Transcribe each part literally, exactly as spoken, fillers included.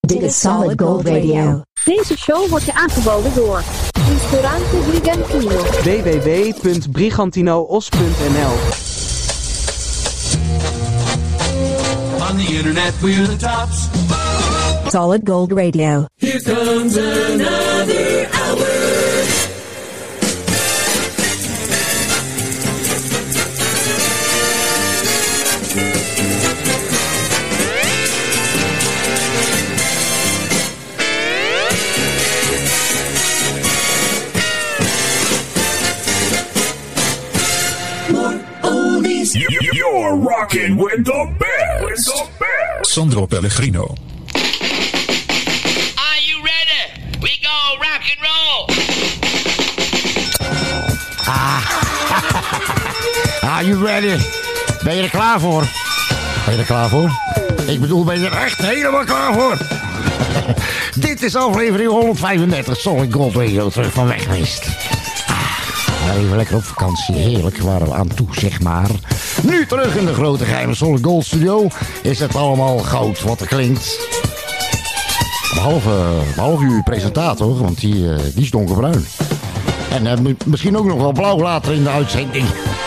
Dit is Solid Gold Radio. Deze show wordt je aangeboden door Ristorante Brigantino. w w w punt brigantinoos punt n l On the internet we're the tops. Solid Gold Radio. Here comes another hour. You're rocking with the best. With the best. Sandro Pellegrino. Are you ready? We go rock and roll. Ah. Are you ready? Ben je er klaar voor? Ben je er klaar voor? Ik bedoel, ben je er echt helemaal klaar voor? Dit is aflevering honderdvijfendertig Solid Gold Radio, terug van weg geweest. Even lekker op vakantie, heerlijk, waren we aan toe, zeg maar. Nu terug in de grote geheime Solid Gold Studio is het allemaal goud wat er klinkt. Behalve, behalve uw presentator, want die, uh, die is donkerbruin. En uh, misschien ook nog wel blauw later in de uitzending.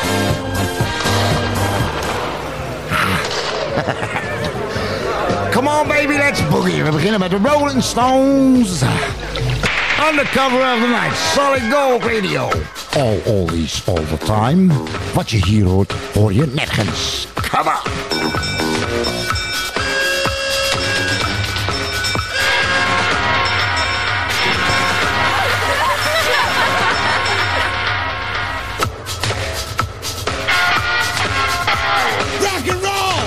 Come on baby, let's boogie. We beginnen met de Rolling Stones. Undercover of the Night, Solid Gold Radio. All oldies, all the time. Wat je hier hoort, hoor je nergens. Come on! Rock and roll!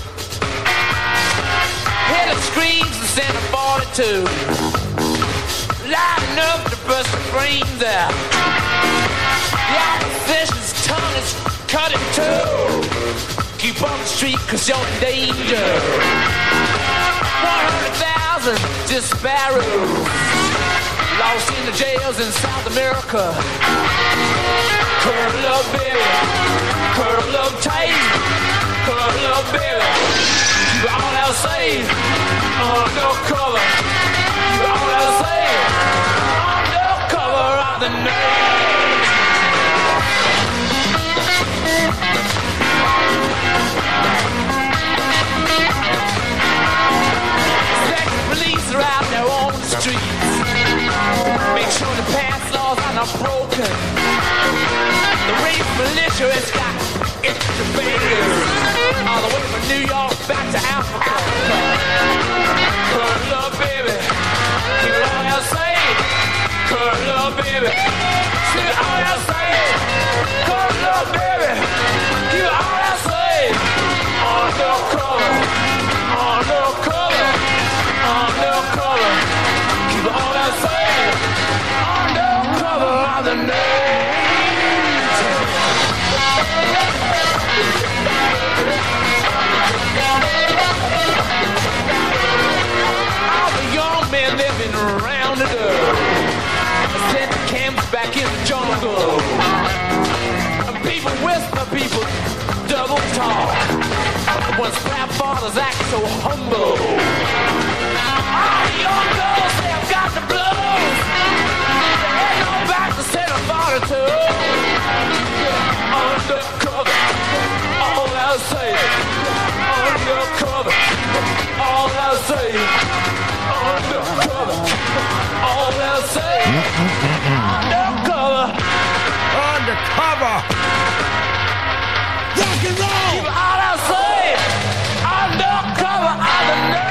Hit the screams in Santa forty-two. Lighting up to burst the brains out. The opposition's tongue is cut in two. Keep on the street cause you're in danger. one hundred thousand disparates lost in the jails in South America. Curb love baby, curb love tight, curb love baby. You all else safe, undercover. You all else safe, undercover of the night. Police are out there on the streets. Make sure the past laws are not broken. The race militia has got extra fingers all the way from New York back to Africa. Curl up, baby. Keep it all else safe. Curl up, baby. Keep it all else safe. Curl up, baby. Keep it all else safe. Undercover. Undercover. Undercover, keep it all outside. Undercover of the night. All the young men, they've been rounded up, sent to camps back in the jungle. And people whisper, people double talk. When slap fathers act so humble. All the young girls say I've got the blues. They head on back to Santa forty-two. Undercover, all I'll say. Undercover, all I'll say. Undercover, all I'll say. Undercover, Undercover! Rock and roll! keep all I'll say. Undercover of the night.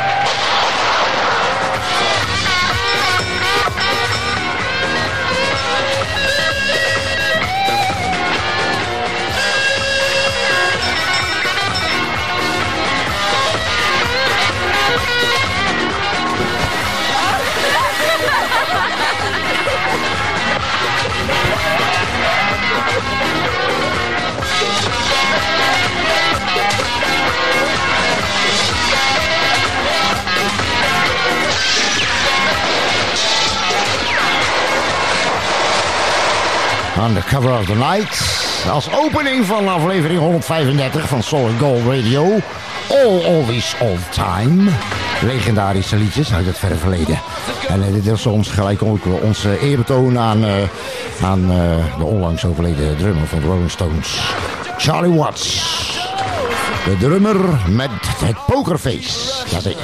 Undercover of the Night. Als opening van aflevering honderdvijfendertig van Solid Gold Radio. All Always All the Time. legendarische liedjes uit het verre verleden. En uh, dit is ons gelijk ook ons uh, eerbetoon aan, uh, aan uh, de onlangs overleden drummer van de Rolling Stones, Charlie Watts. De drummer met het pokerface. Jazeker.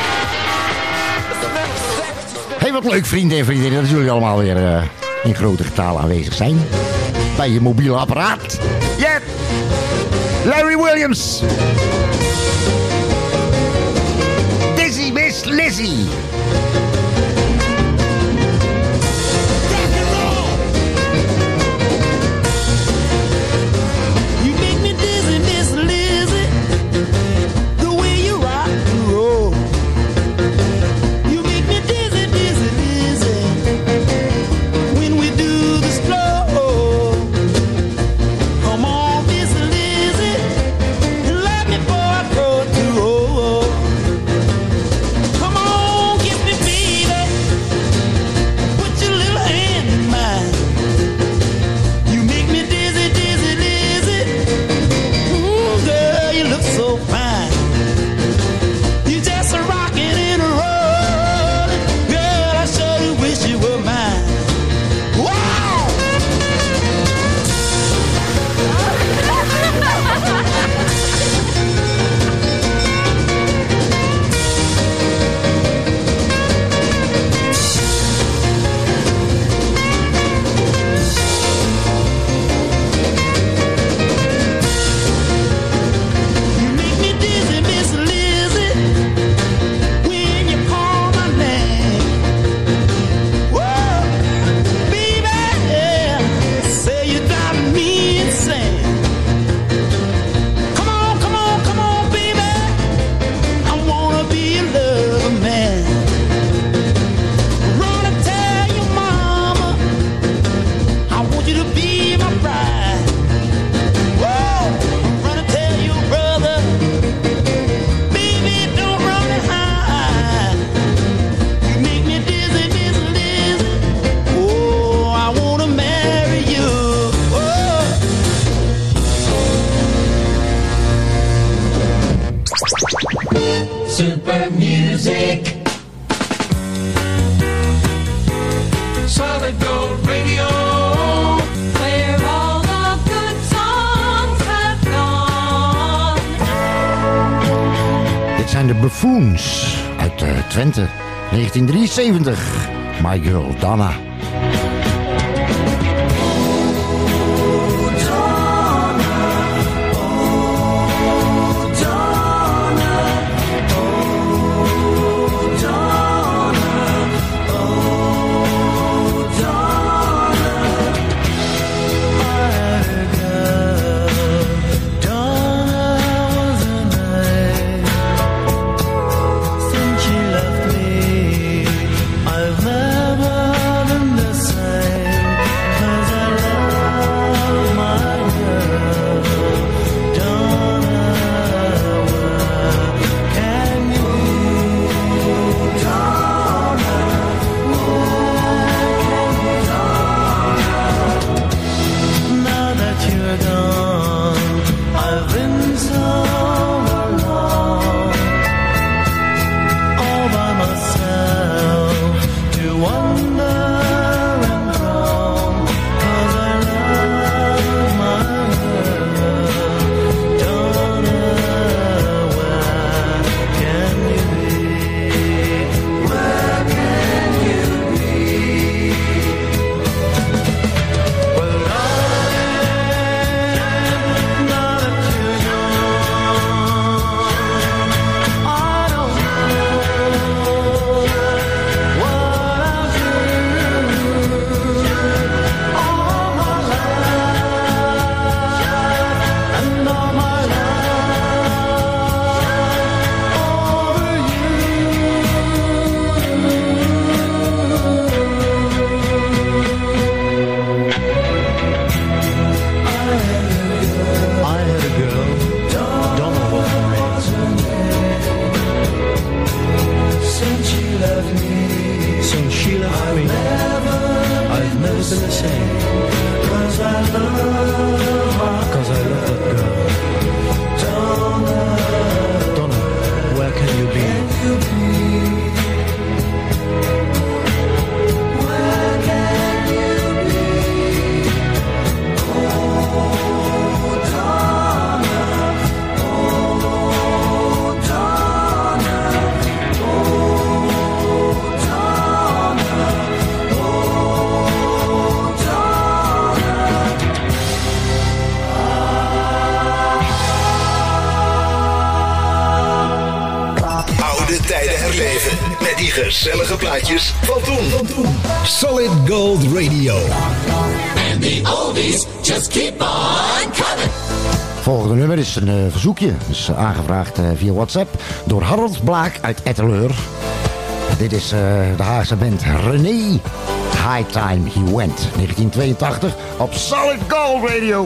Hey, wat leuk vrienden en vriendinnen dat jullie allemaal weer uh, in grote getalen aanwezig zijn. Bij je mobiele apparaat. Yeah! Larry Williams. Dizzy Miss Lizzie. Super music. Solid Gold Radio. Where all the good songs have gone. Dit zijn de Buffoons uit uh, Twente, negentien drieënzeventig. My Girl Donna. Donna, where can you be? zeven. Met die gezellige plaatjes van toen. Solid Gold Radio. And the oldies just keep on coming. Volgende nummer is een uh, verzoekje. Is uh, aangevraagd uh, via WhatsApp door Harold Blaak uit Etteleur. Dit is uh, de Haagse band René. High Time He Went. negentien tweeëntachtig op Solid Gold Radio.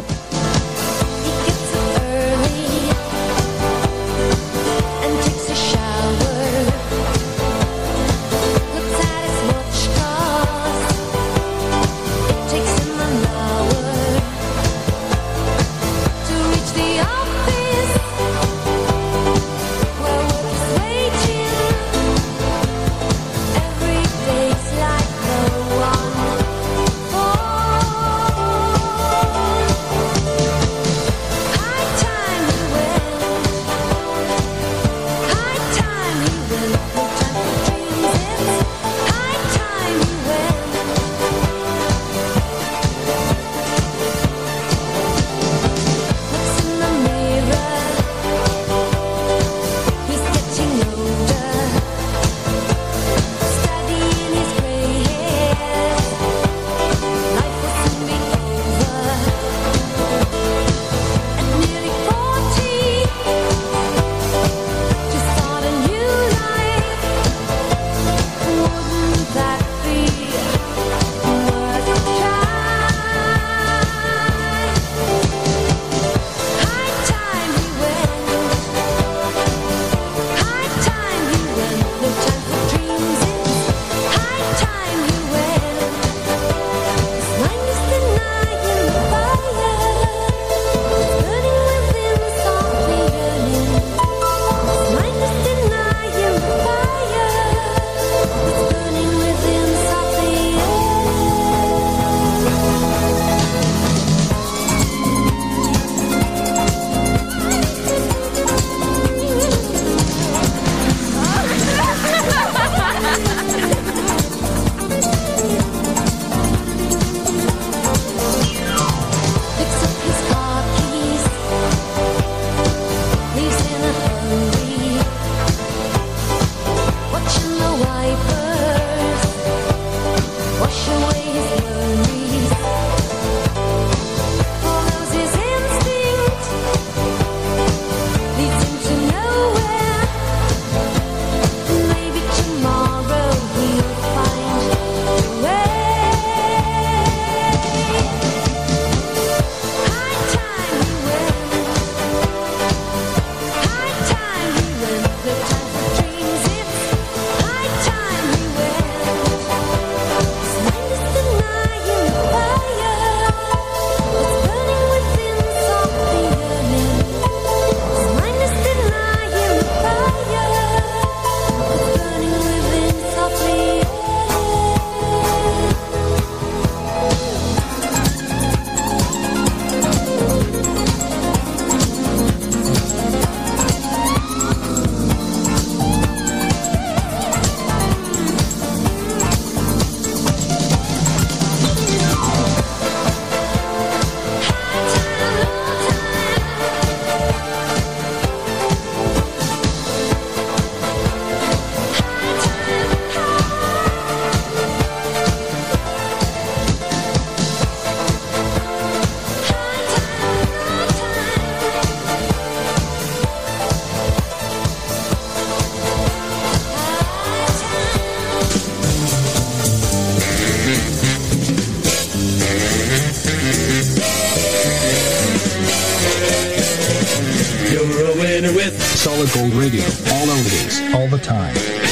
Solid Gold Radio. All oldies, all the time.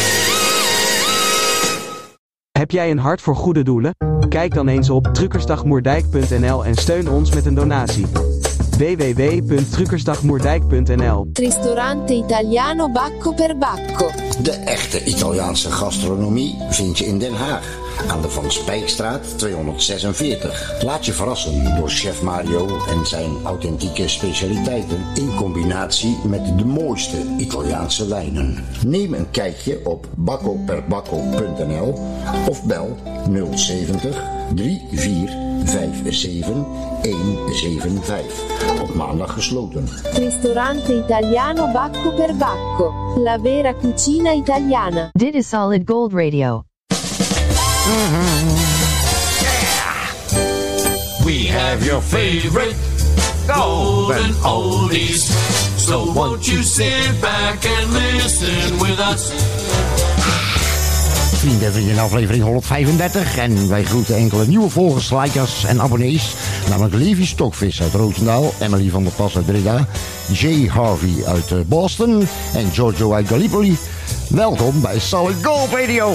Heb jij een hart voor goede doelen? Kijk dan eens op truckersdagmoerdijk punt n l en steun ons met een donatie. w w w punt truckersdagmoerdijk punt n l Ristorante Italiano Bacco per Bacco. De echte Italiaanse gastronomie vind je in Den Haag. Aan de Van Spijkstraat tweehonderdzesenveertig. Laat je verrassen door chef Mario en zijn authentieke specialiteiten in combinatie met de mooiste Italiaanse wijnen. Neem een kijkje op bacco per bacco punt n l of bel nul zeventig, drieënveertig, vijf zeven een zeven vijf. Op maandag gesloten. Ristorante Italiano Bacco per Bacco. La vera cucina italiana. Dit is Solid Gold Radio. We have your favorite golden oldies. So won't you sit back and listen with us? Vrienden en vrienden, aflevering honderdvijfendertig. En wij groeten enkele nieuwe volgers, likers en abonnees. Namelijk Levi Stokvis uit Roosendaal, Emily van der Pas uit Breda, Jay Harvey uit uh, Boston en Giorgio uit Gallipoli. Welkom bij Solid Gold Radio.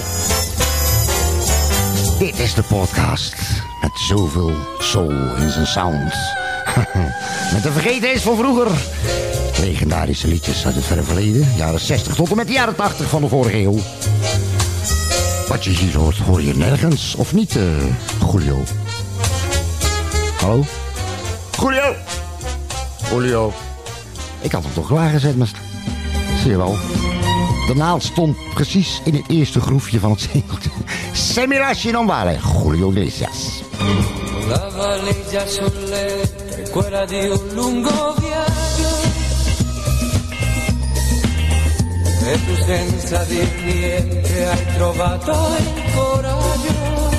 Dit is de podcast met zoveel soul in zijn sound. Met de vergetenheid van vroeger. Legendarische liedjes uit het verre verleden, jaren zestig tot en met de jaren tachtig van de vorige eeuw. Wat je hier hoort, hoor je nergens, of niet, uh, Julio? Hallo? Julio! Julio. Ik had hem toch klaargezet, maar... Zie je wel. De naald stond precies in het eerste groefje van het singeltje. Semilasci non vale, Julio Iglesias. La valigia sul letto è quella di un lungo viaggio e tu senza dir niente hai trovato il coraggio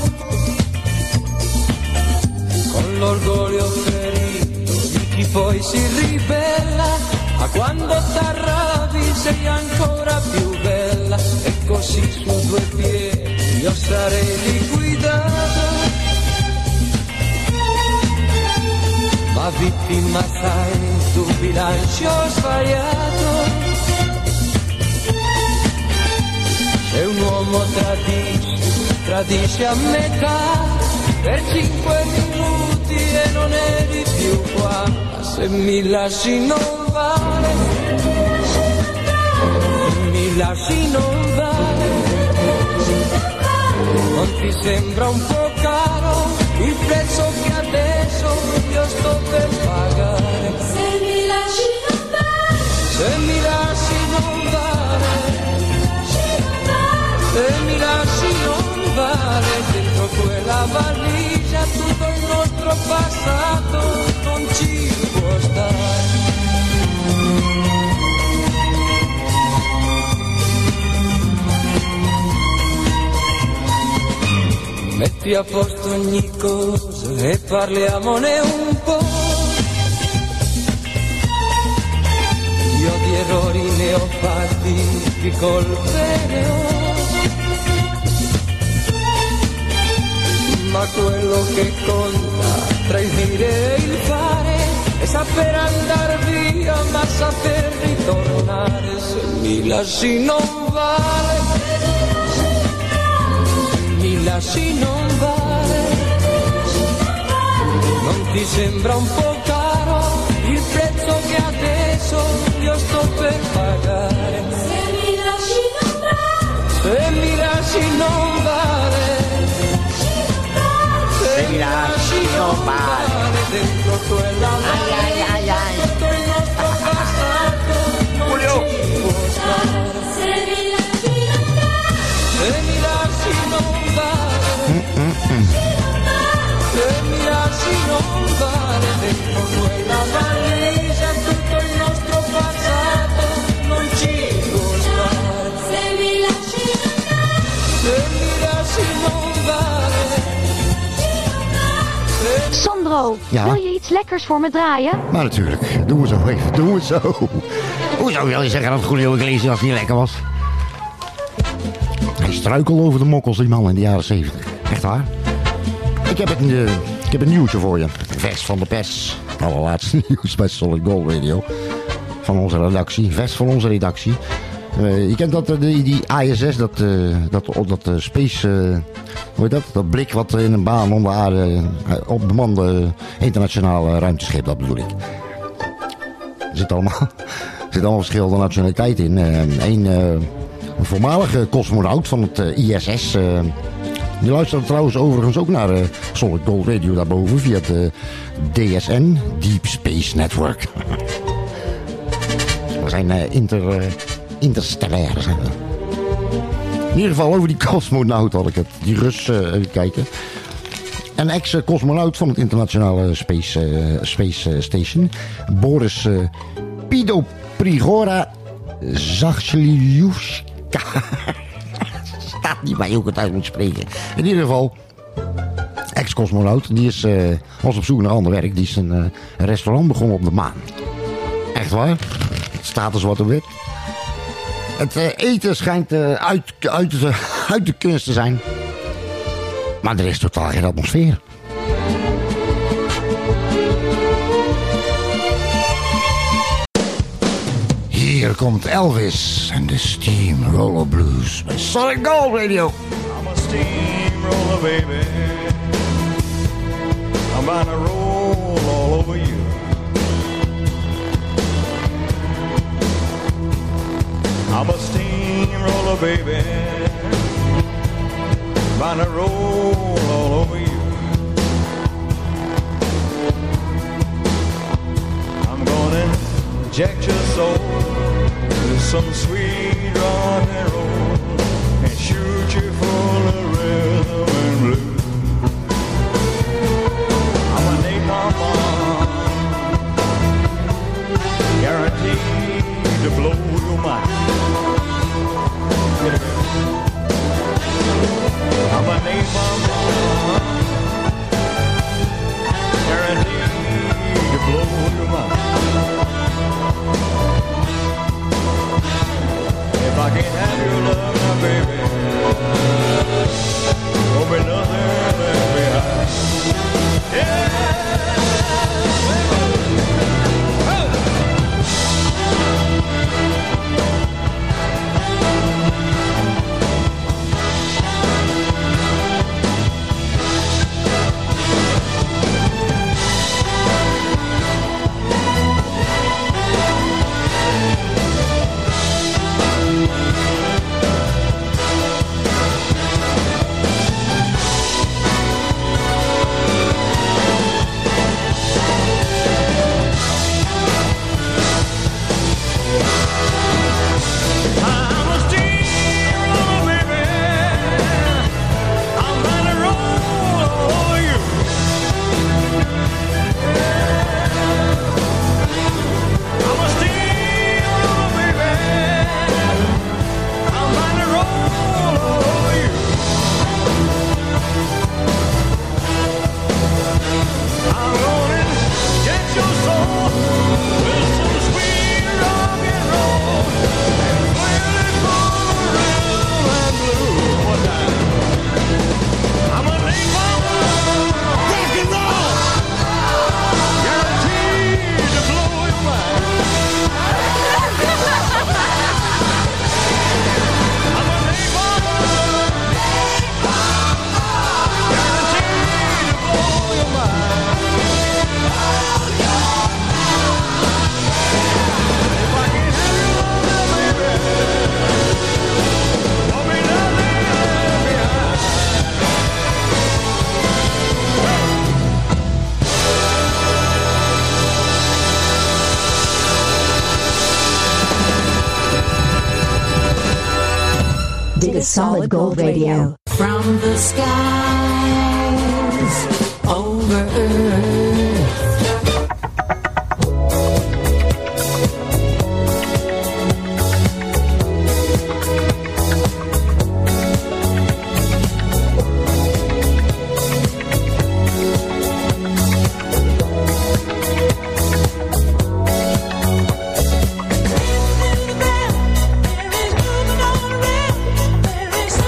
con l'orgoglio ferito di chi poi si ribella, ma quando t'arrabbi sei ancora più bella e così su due piedi io sarei liquidato, ma vittima sai tu bilancio sbagliato. Se un uomo tradisce, tradisce a metà per cinque minuti e non eri più qua, ma se mi lasci non vale, se mi lasci non vale, non ti sembra un po' caro il prezzo che adesso io sto per pagare? Se mi lasci non vale, se mi lasci non vale, se mi lasci non vale, dentro quella valigia tutto il nostro passato non ci può stare. Metti a posto ogni cosa e parliamone un po'. Io di errori ne ho fatti, di colpe ne ho, ma quello che conta tra il dire e il fare è saper andare via ma saper ritornare. Se mi lasci non vale, se mi lasci non vale, non ti sembra un po' caro il prezzo che adesso io sto per pagare? Se mi lasci non vale, se mi lasci non vale, se mi lasci non vale, dentro quella valigia tutto il nostro passato non ci può stare. Se mi lasci non vale, se mi lasci non vale, se mi lasci non vale, dentro quella valigia tutto il nostro passato non ci può stare. Se mi lasci non vale, se mi lasci non vale. Sandro, ja? Wil je iets lekkers voor me draaien? Maar natuurlijk, doen we zo even, doen we zo. Hoezo wil je zeggen dat Julio Iglesias niet lekker was? Hij struikelde over de mokkels, die man in de jaren zeventig. Echt waar? Ik heb, het, uh, ik heb een nieuwtje voor je. Vers van de pers. Allerlaatste nieuws bij Solid Gold Radio. Van onze redactie. Vers van onze redactie. Uh, je kent dat, uh, die, die I S S, dat, uh, dat, dat uh, space... Uh, hoe heet dat? Dat blik wat in een baan om de aarde... Uh, op bemande internationale ruimteschip, dat bedoel ik. Er zit allemaal, er zit allemaal verschillende nationaliteiten in. Uh, een, uh, een voormalige cosmonaut van het uh, I S S... Uh, die luistert trouwens overigens ook naar uh, Solid Gold Radio daarboven... via het uh, D S N, Deep Space Network. We zijn uh, inter... Uh, interstellair zijn we. In ieder geval over die cosmonaut had ik het. Die Rus, uh, even kijken. een ex-cosmonaut van het internationale Space, uh, Space Station, Boris uh, Pidoprigora Zachliushka. Staat niet bij hoe ik het uit moet spreken. In ieder geval, ex-cosmonaut, die is, uh, was op zoek naar ander werk. Die is een, uh, een restaurant begonnen op de maan. Echt waar? Het staat er zwart op wit. Het uh, eten schijnt uh, uit, uit, uh, uit de kunst te zijn. Maar er is totaal geen atmosfeer. Hier komt Elvis en de Steamroller Blues bij Solid Gold Radio. I'm a steamroller, baby. I'm gonna roll all over you. I'm a steamroller, baby. Gonna roll all over you. I'm gonna inject your soul with some sweet rock and roll and shoot you full of rhythm and blues. I'm a napalm bomb, guaranteed to blow your mind. I'm a napalm bomb, guaranteed to blow your mind. If I can't have your love now, baby, there'll be nothing left behind. Yeah! Solid Gold Radio. From the skies over earth.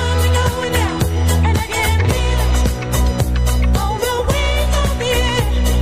Yeah.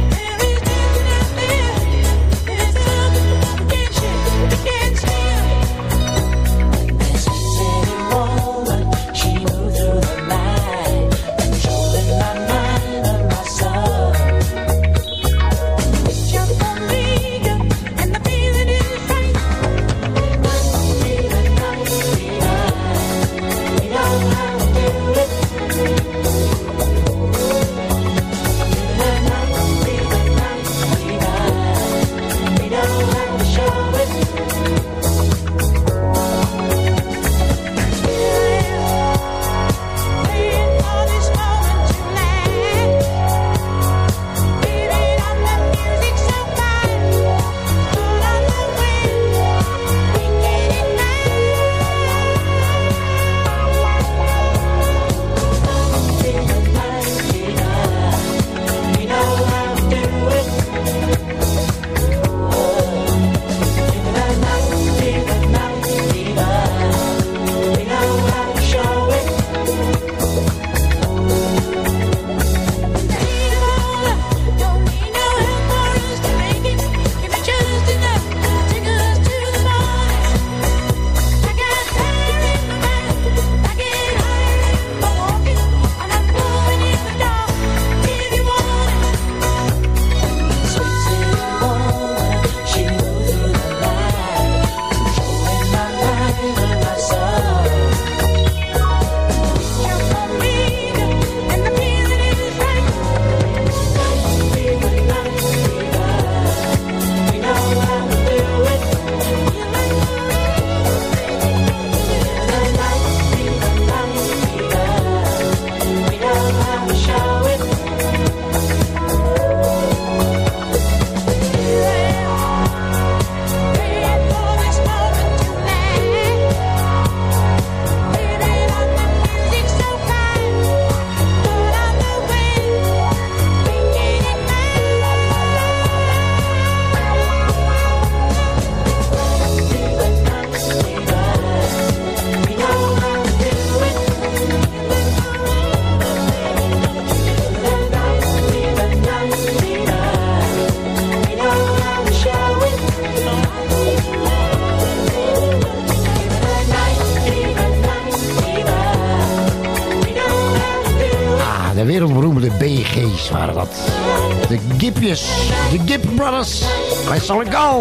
de wereldberoemde B G's waren dat. De Gipjes, de Gip Brothers, bij Solid Gold.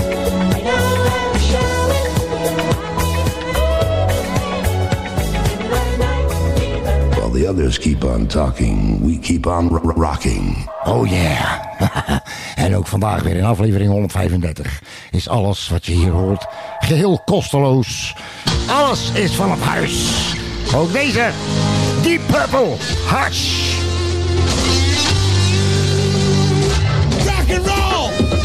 While the others keep on talking, we keep on r- rocking. Oh yeah. En ook vandaag weer in aflevering honderdvijfendertig is alles wat je hier hoort geheel kosteloos. Alles is van het huis. Ook deze Deep Purple Hush. Rock and roll.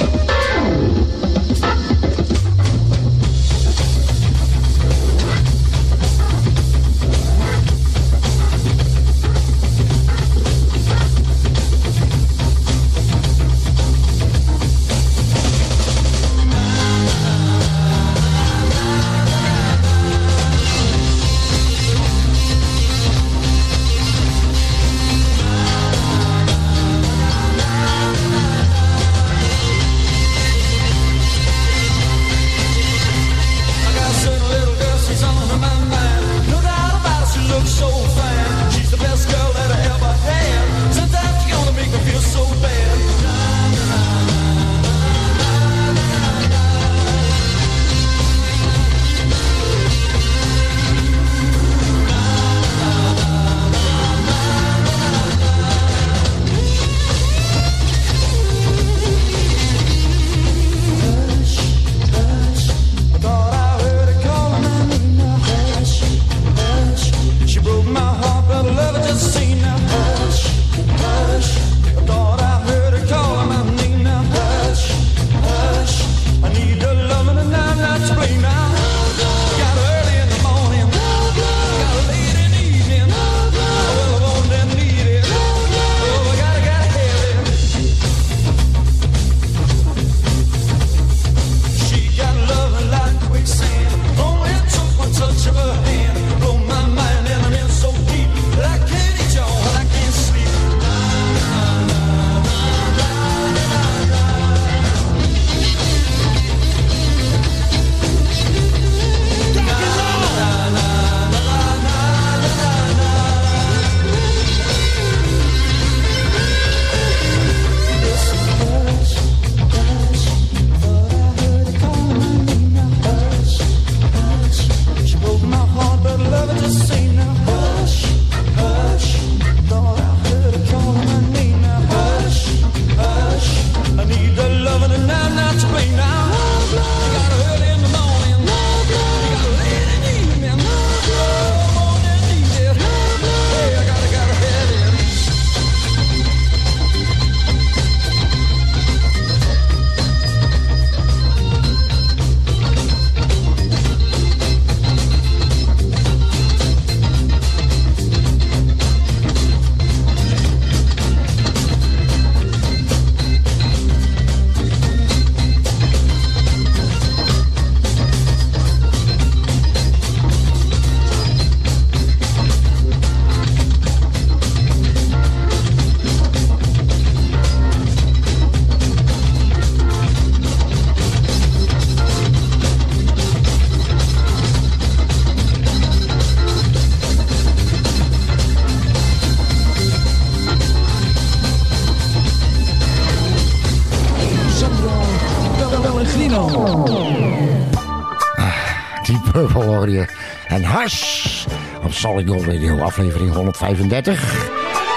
Purple hoor je. En Hush op Solid Gold Radio, aflevering honderdvijfendertig.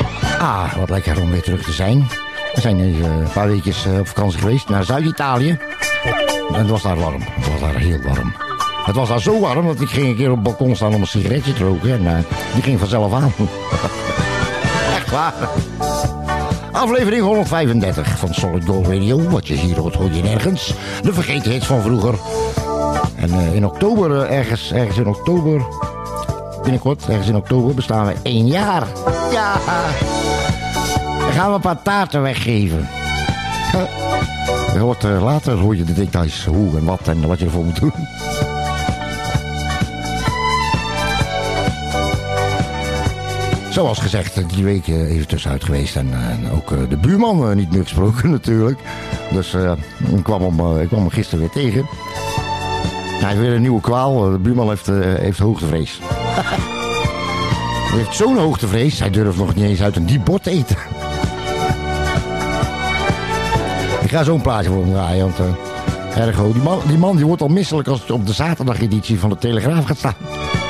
Ah, wat lekker om weer terug te zijn. We zijn nu uh, een paar weekjes uh, op vakantie geweest naar Zuid-Italië. En het was daar warm. Het was daar heel warm. Het was daar zo warm dat ik ging een keer op het balkon staan om een sigaretje te roken. En uh, die ging vanzelf aan. Echt waar. Aflevering honderdvijfendertig van Solid Gold Radio. Wat je hier hoort, hoor je nergens. De vergeten hits van vroeger. En uh, in oktober, uh, ergens, ergens in oktober, binnenkort, ergens in oktober bestaan we één jaar. Ja! Dan gaan we een paar taarten weggeven. Je hoort, uh, later hoor je de details, hoe en wat en wat je ervoor moet doen. Zoals gezegd, die week uh, even tussenuit geweest en, uh, en ook uh, de buurman uh, niet meer gesproken natuurlijk. Dus uh, ik, kwam hem, uh, ik kwam hem gisteren weer tegen. Hij heeft weer een nieuwe kwaal. De buurman heeft, uh, heeft hoogtevrees. Hij heeft zo'n hoogtevrees, hij durft nog niet eens uit een diep bord te eten. Ik ga zo'n plaatje voor hem draaien, want uh, ergo, die man, die man die wordt al misselijk als het op de zaterdageditie van de Telegraaf gaat staan.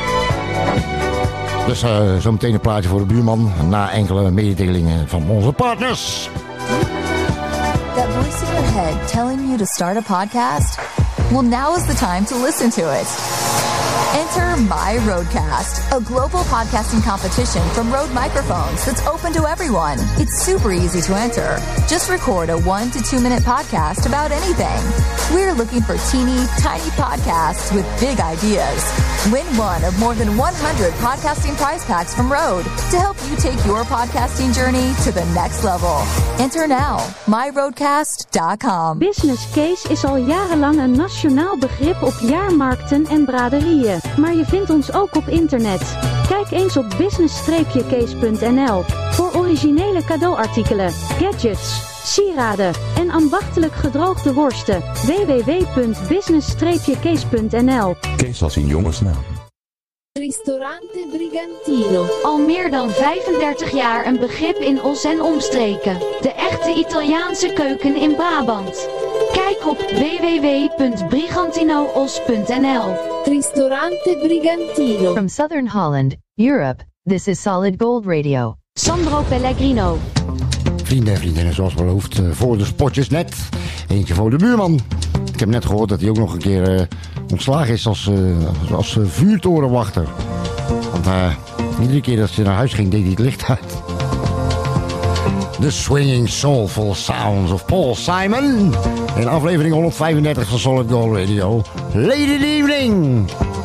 Dus uh, zometeen een plaatje voor de buurman, na enkele mededelingen van onze partners. That voice in your head telling you to start a podcast? Well, now is the time to listen to it. Enter My Roadcast, a global podcasting competition from Rode Microphones that's open to everyone. It's super easy to enter. Just record a one to two minute podcast about anything. We're looking for teeny, tiny podcasts with big ideas. Win one of more than one hundred podcasting prize packs from Rode to help you take your podcasting journey to the next level. Enter now, my roadcast dot com. Business case is al jarenlang een nationaal begrip op jaarmarkten en braderieën. Maar je vindt ons ook op internet. Kijk eens op business case punt n l voor originele cadeauartikelen, gadgets, sieraden en ambachtelijk gedroogde worsten. w w w punt business case punt n l. Kees als in jongensnaam. Ristorante Brigantino. Al meer dan vijfendertig jaar een begrip in Os en omstreken. De echte Italiaanse keuken in Brabant. Kijk op w w w punt brigantinoos punt n l. Ristorante Brigantino. From Southern Holland, Europe, this is Solid Gold Radio. Sandro Pellegrino. Vrienden en vriendinnen, zoals beloofd, voor de spotjes net. Eentje voor de buurman. Ik heb net gehoord dat hij ook nog een keer uh, ontslagen is als, uh, als uh, vuurtorenwachter. Want uh, iedere keer dat ze naar huis ging, deed hij het licht uit. The swinging soulful sounds of Paul Simon. In aflevering honderdvijfendertig van Solid Gold Radio. Lady Evening.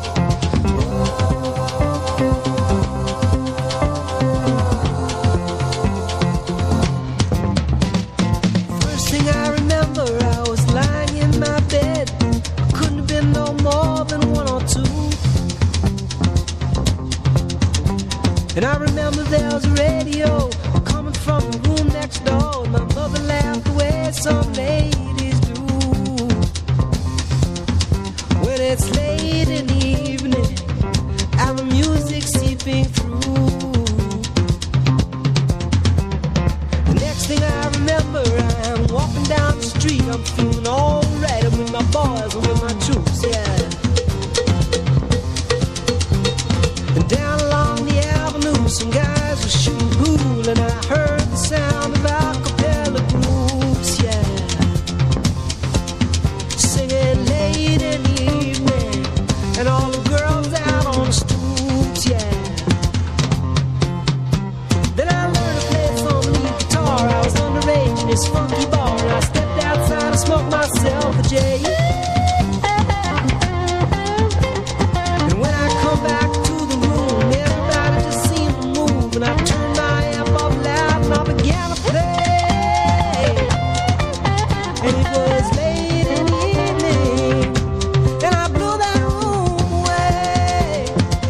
And I remember there was a radio coming from the room next door. My mother laughed the way some ladies do. When it's late in the evening and the music seeping through. The next thing I remember, I'm walking down the street. I'm feeling alright. I'm with my boys, I'm with my troops, yeah. And down along the avenue, some guys were shooting pool, and I heard the sound of a cappella groups, yeah, singing late in the evening, and all the girls out on the stoops, yeah. Then I learned to play some lead guitar. I was underage in this funky bar, and I stepped outside and smoked myself a J. And when I come back to the room, everybody just seemed to move, and I turned my amp up loud and I began to play. And it was late in the evening, and I blew that room away.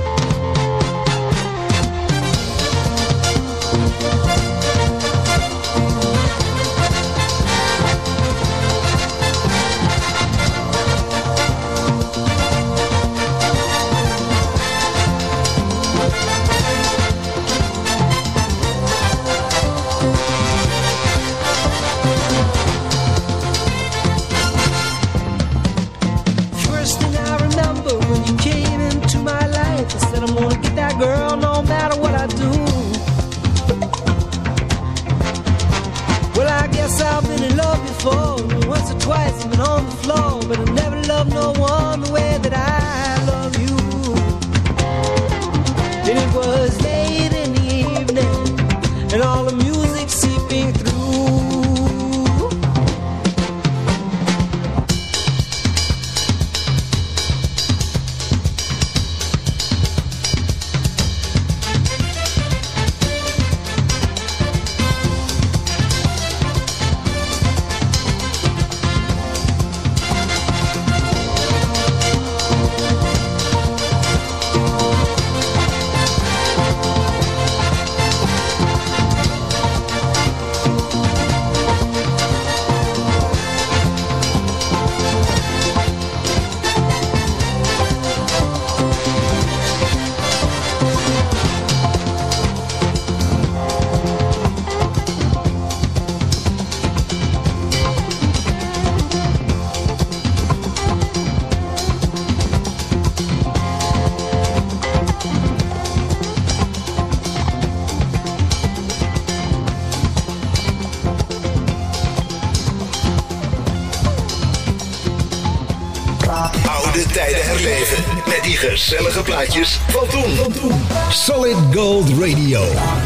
First thing I remember when you came into my life, I said I'm gonna get that girl no matter what I do. Well, I guess I've been in love before. Once or twice I've been on the floor, but I never loved no one the way that I love you. Then it was late in the evening, and all the music seeping through. blijven met die gezellige plaatjes van toen. Solid Gold Radio.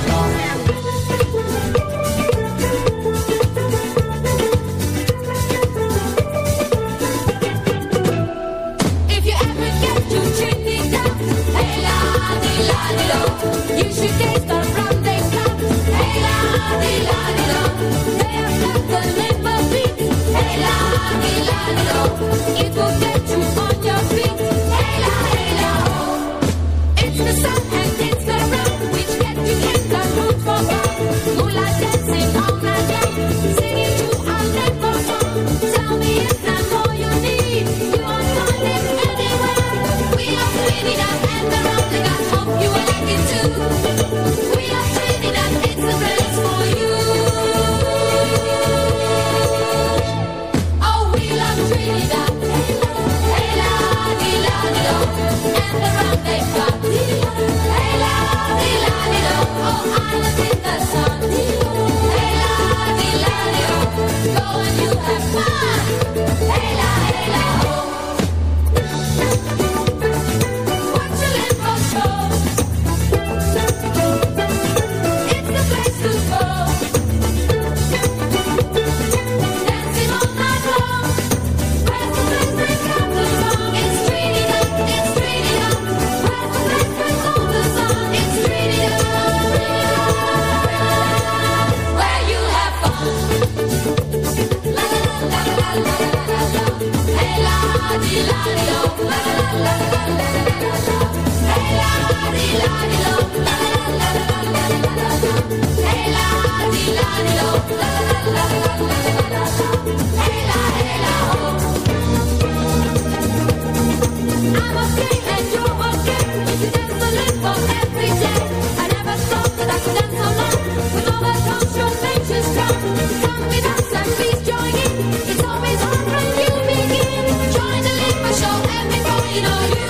If you ever get to Trinidad, hey la di la di do, you should taste the rum they got. Hey la di la di do, they've got the liver beat. Hey la di la di do, it will get you on your feet. Hey la hey la ho, it's the sun and it's the rum which get you in the mood for fun. Moolah dancing all night long, singing to our liver song. Tell me is that all you need? You won't find it anywhere. We are Trinidad and the rum they got. Hope you will like it too. We are Trinidad, it's the place for you. Oh, we love Trinidad. Hey la di la di do, and the rum they got. Hey la di la di do, oh island in the sun. Hey la di la di do, go and you have fun. Hey la hey la ho. Watch your limbo show. It's the place to go. Dancing all night long. Where's the place they got the song? It's Trinidad, it's Trinidad. Where's the place they got the song? It's Trinidad. Where you have fun. La la la la la la la la. Hey la di la di do. La la la la la la la la. Hey la di la di do. La la la la la la la la. Hey la di la di do. La la la la la la la la. Hey la hey la ho. I'm okay and you're okay. If you dance the limbo every day. I never thought that I could dance so long. With all the transformations strong. Come with us and please join in. It's always on when you begin. Join the limbo show and before you know you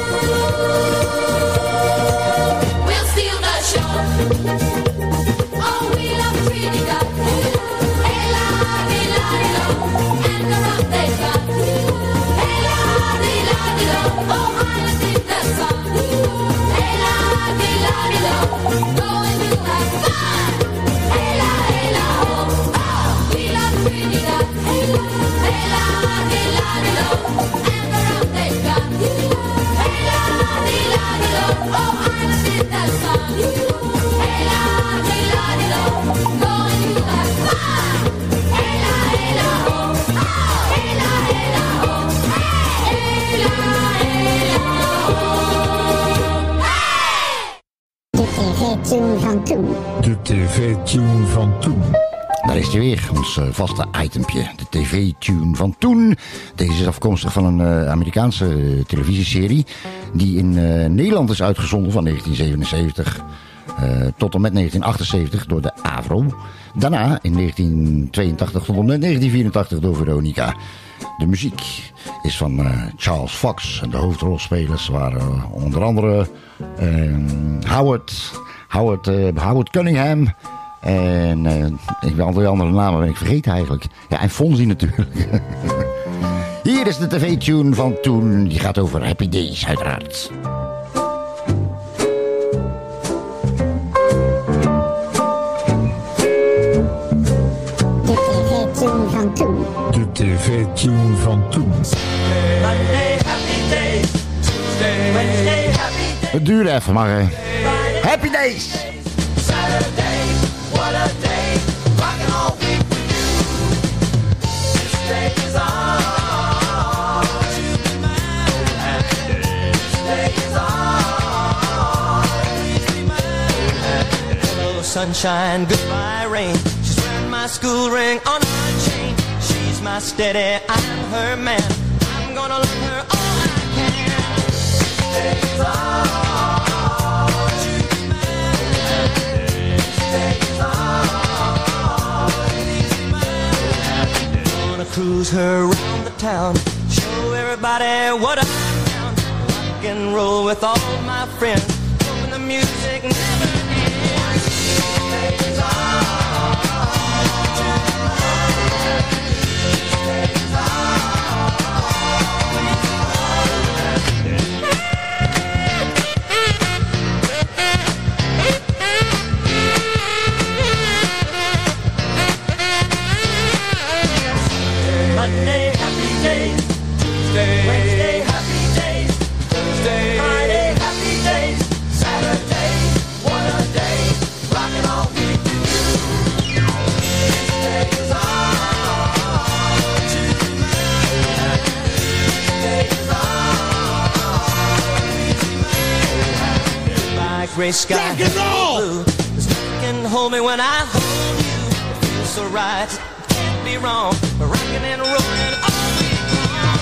will steal the show. Oh, we love Trinidad. Hey la di la di do, and the rum they got. Hey la di la di do, oh island in the sun. Hey la di la di do, go and you have fun. Hey la hey la ho, oh we love Trinidad. Hey la di la di do, and the rum they got. Hey la di la di do, oh island in the sun. Hey la di la di do, go and you have fun. Hey la hey la ho, oh hey la hey la ho, hey la hey la ho. De tv-tune van toen. De tv-tune van toen. Daar is hij weer, ons uh, vaste itempje. De tv-tune van toen. Deze is afkomstig van een uh, Amerikaanse uh, televisieserie. Die in uh, Nederland is uitgezonden van negentien zevenenzeventig uh, tot en met negentien achtenzeventig door de AVRO. Daarna in negentien tweeëntachtig tot en met negentien vierentachtig door Veronica. De muziek is van uh, Charles Fox. En de hoofdrolspelers waren uh, onder andere uh, Howard, Howard, uh, Howard Cunningham. En uh, ik ben al die andere namen ben ik vergeten eigenlijk. Ja, en Fonzie natuurlijk. Hier is de tv-tune van toen. Die gaat over Happy Days uiteraard. De tv-tune van toen. De tv-tune van toen. Monday, happy day. Tuesday, Wednesday, happy day. Het duurde even, maar uh, Happy Days. Saturday, what a day. Rockin' all week with you. This day is ours. This day is ours. Hello, sunshine, goodbye, rain. She's wearing my school ring on her chain. She's my steady, I'm her man. I'm gonna love her all I can. This day is ours. Cruise her around the town, show everybody what I found. Rock and roll with all my friends, hoping the music never ends. Days gray sky. Rock and roll! Blue. You can hold me when I hold you. It feels so right, it can't be wrong. We're rocking and rolling all week long.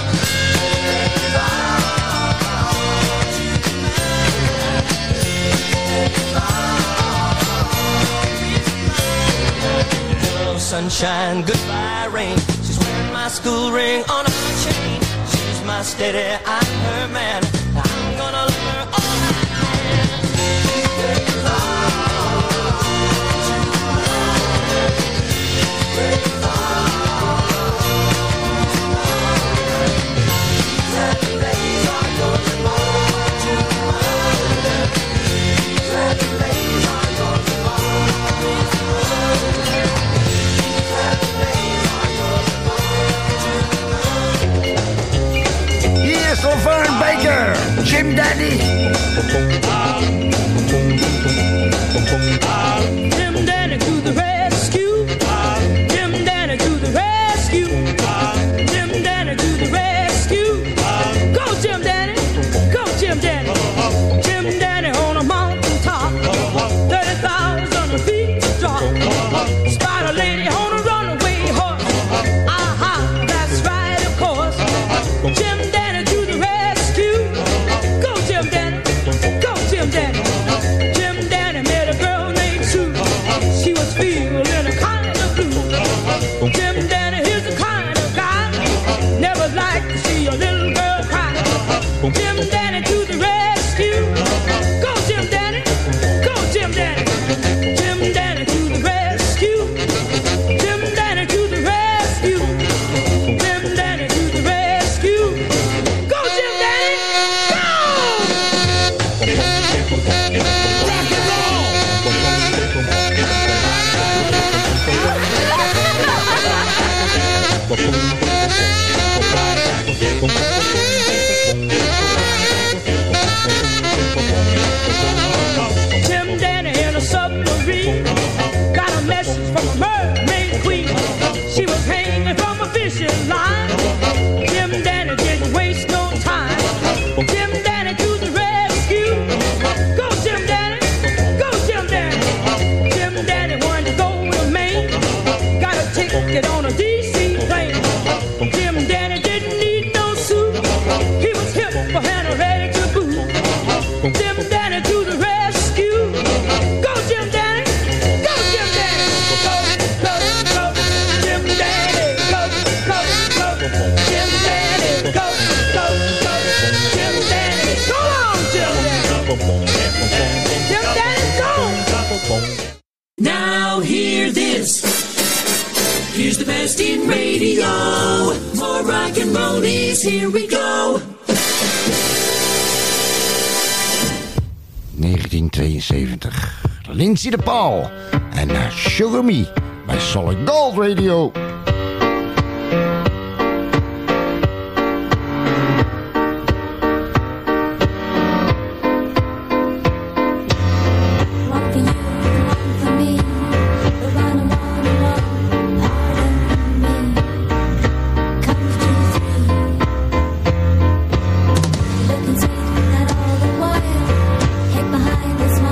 Hello, sunshine, goodbye, rain. She's wearing my school ring on her chain. She's my steady, I'm her man. I'm gonna love her all night. Here's Laverne Baker, Jim Dandy. Jim Dandy to the rescue. Jim Dandy to the rescue. Jim Dandy to the rescue. Go Jim Dandy, go Jim Dandy. Jim Dandy on a mountain top, thirty thousand feet drop. Spider lady on a runaway horse. Aha, that's right, of course. Jim Dandy to the rescue. Go Jim Dandy, go Jim Dandy. Jim Dandy met a girl named Sue. She was feeling a kind of blue. Jim Dandy is the kind of guy never like to see a little girl cry. Jim Dandy to the rescue. Go Jim Dandy, go Jim Dandy. Jim Dandy to the rescue. Jim Dandy to the rescue. Jim Dandy to the rescue. Go Jim Dandy, go! Rock and roll! Jim Dandy in a submarine got a message from a mermaid queen. She was hanging from a fishing line. Jim Dandy didn't waste no time. Jim Dandy to the rescue. Go Jim Dandy, go Jim Dandy. Jim Dandy wanted to go to Maine. Got a ticket on a D C plane. Jim Dandy didn't need no suit. He was hip and ready to boot. Jim Dandy to the rescue. Go Jim Dandy, go Jim Dandy. Go, go, go, Jim Dandy. Go, go, go, Jim Dandy. Go, go, go, Jim Dandy. Go on, Jim Dandy. Jim Dandy, go. Now hear this. Here's the best in radio. More rock and rollies, here we go. negentien tweeënzeventig. Lindsay de Paul en uh, Sugar Me bij Solid Gold Radio.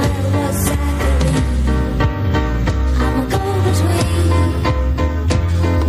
I'm a go-between.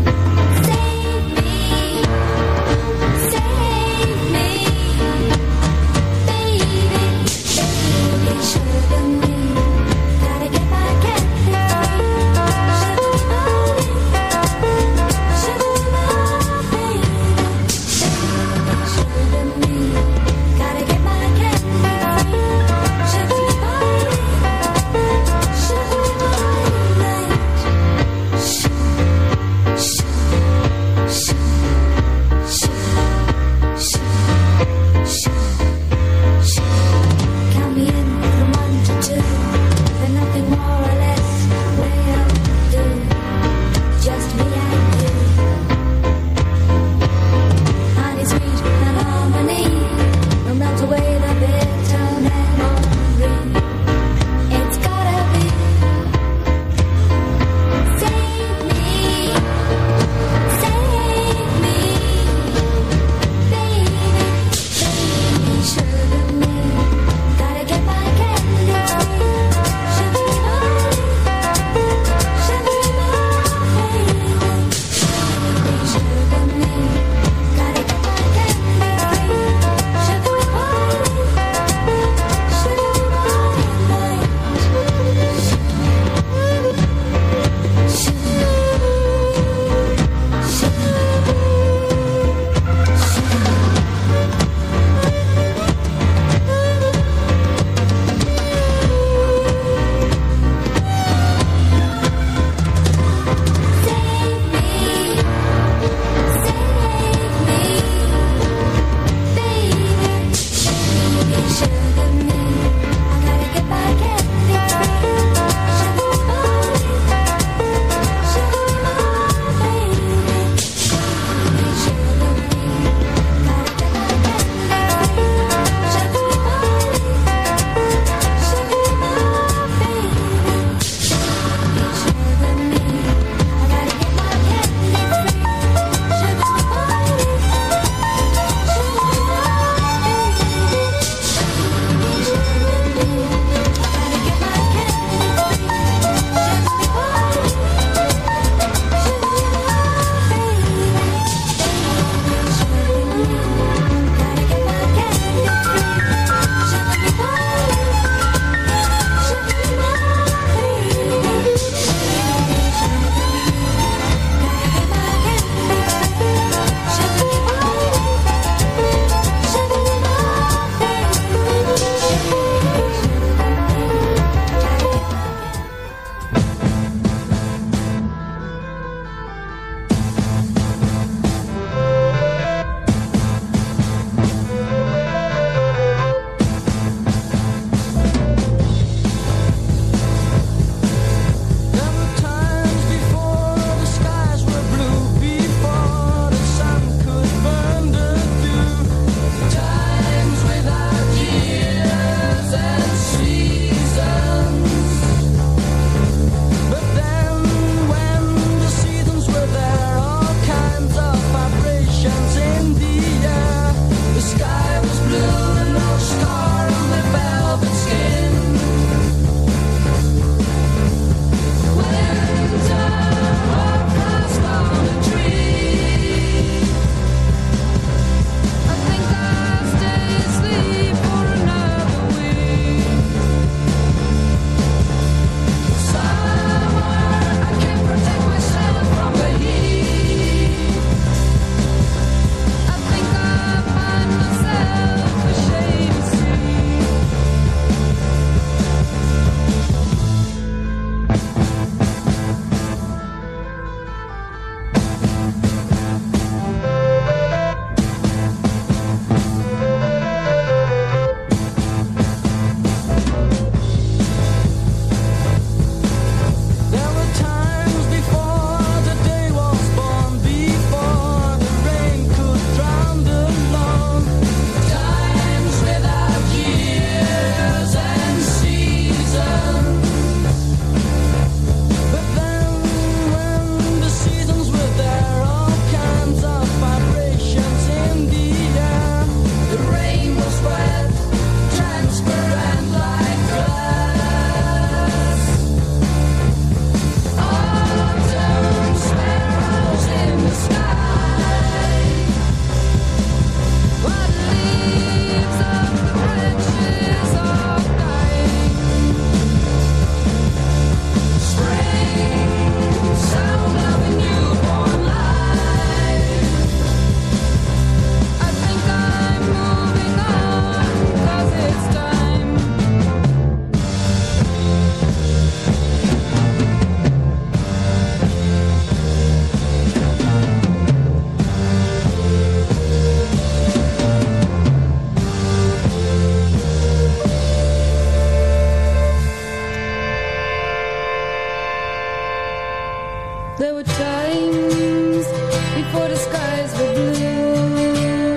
There were times before the skies were blue,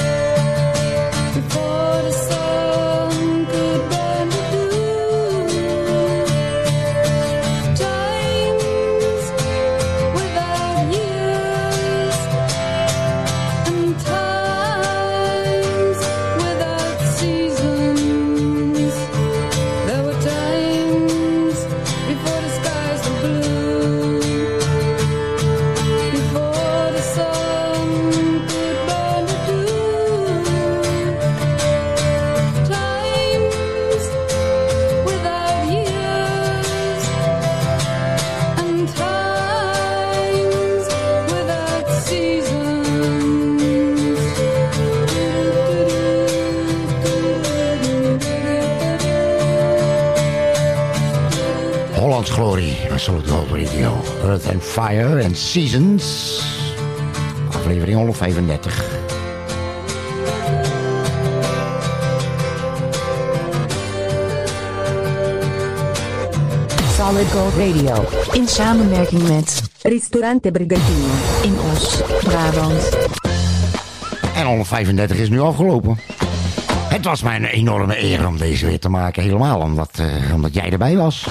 before the sun could burn the dew, times without years, and times without seasons. There were times before the skies were blue, before the sun could burn the dew, times without years, and times without seasons. Hollands Glorie, bij Solid Gold Radio. Earth and Fire and Seasons. Aflevering honderdvijfendertig. Solid Gold Radio. In samenwerking met Ristorante Brigantino in Os, Brabant. En honderdvijfendertig is nu afgelopen. Het was mij een enorme eer om deze weer te maken. Helemaal omdat, uh, omdat jij erbij was.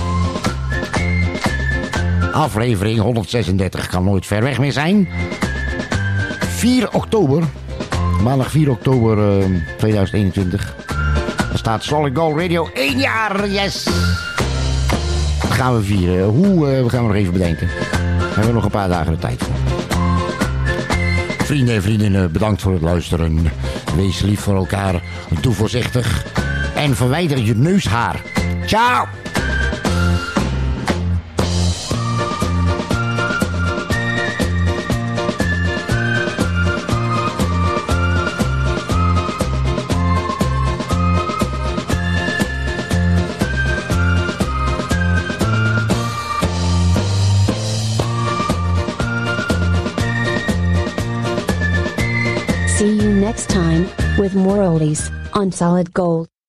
Aflevering honderdzesendertig kan nooit ver weg meer zijn. vier oktober. Maandag vier oktober uh, tweeduizend eenentwintig. Dan staat Solid Gold Radio één jaar. Yes! Dat gaan we vieren. Hoe? Uh, we gaan we nog even bedenken. We hebben nog een paar dagen de tijd voor. Vrienden en vriendinnen, bedankt voor het luisteren. Wees lief voor elkaar. Doe voorzichtig. En verwijder je neushaar. Ciao! See you next time with more oldies on Solid Gold.